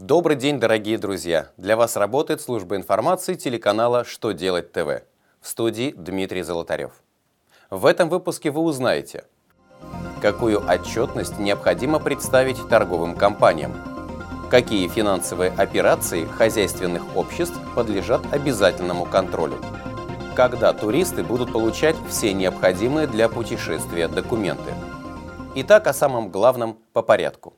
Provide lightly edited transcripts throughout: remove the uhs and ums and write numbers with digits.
Добрый день, дорогие друзья! Для вас работает служба информации телеканала «Что делать ТВ». В студии Дмитрий Золотарев. В этом выпуске вы узнаете, какую отчетность необходимо представить торговым компаниям, какие финансовые операции хозяйственных обществ подлежат обязательному контролю, когда туристы будут получать все необходимые для путешествия документы. Итак, о самом главном по порядку.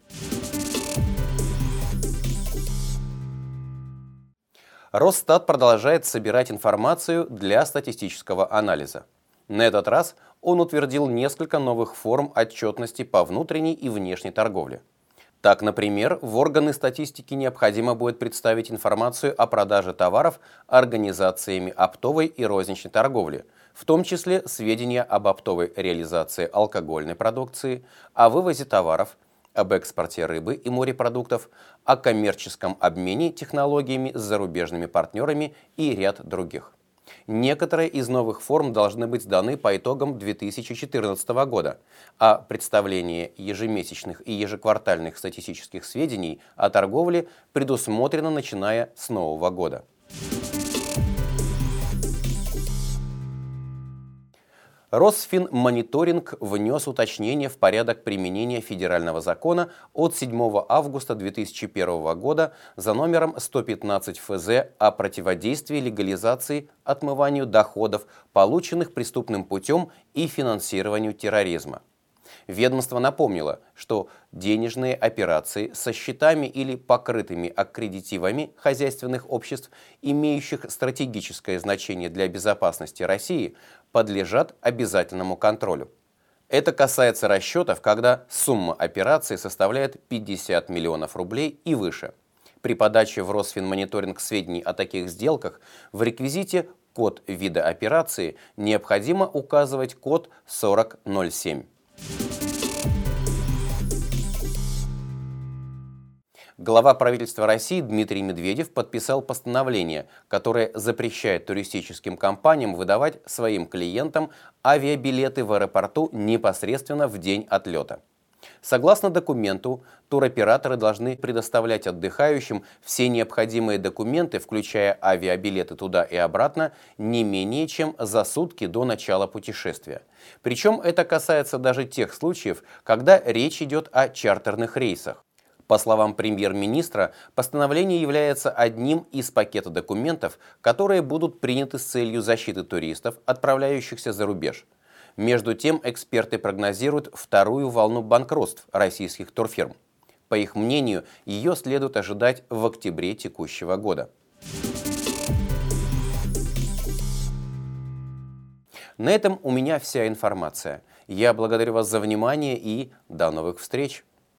Росстат продолжает собирать информацию для статистического анализа. На этот раз он утвердил несколько новых форм отчетности по внутренней и внешней торговле. Так, например, в органы статистики необходимо будет представить информацию о продаже товаров организациями оптовой и розничной торговли, в том числе сведения об оптовой реализации алкогольной продукции, о вывозе товаров, об экспорте рыбы и морепродуктов, о коммерческом обмене технологиями с зарубежными партнерами и ряд других. Некоторые из новых форм должны быть сданы по итогам 2014 года, а представление ежемесячных и ежеквартальных статистических сведений о торговле предусмотрено начиная с нового года. Росфинмониторинг внес уточнение в порядок применения федерального закона от 7 августа 2001 года за номером 115 ФЗ о противодействии легализации, отмыванию доходов, полученных преступным путем, и финансированию терроризма. Ведомство напомнило, что денежные операции со счетами или покрытыми аккредитивами хозяйственных обществ, имеющих стратегическое значение для безопасности России, подлежат обязательному контролю. Это касается расчетов, когда сумма операции составляет 50 миллионов рублей и выше. При подаче в Росфинмониторинг сведений о таких сделках в реквизите «Код вида операции» необходимо указывать код 4007. Глава правительства России Дмитрий Медведев подписал постановление, которое запрещает туристическим компаниям выдавать своим клиентам авиабилеты в аэропорту непосредственно в день отлета. Согласно документу, туроператоры должны предоставлять отдыхающим все необходимые документы, включая авиабилеты туда и обратно, не менее чем за сутки до начала путешествия. Причем это касается даже тех случаев, когда речь идет о чартерных рейсах. По словам премьер-министра, постановление является одним из пакета документов, которые будут приняты с целью защиты туристов, отправляющихся за рубеж. Между тем, эксперты прогнозируют вторую волну банкротств российских турфирм. По их мнению, ее следует ожидать в октябре текущего года. На этом у меня вся информация. Я благодарю вас за внимание и до новых встреч!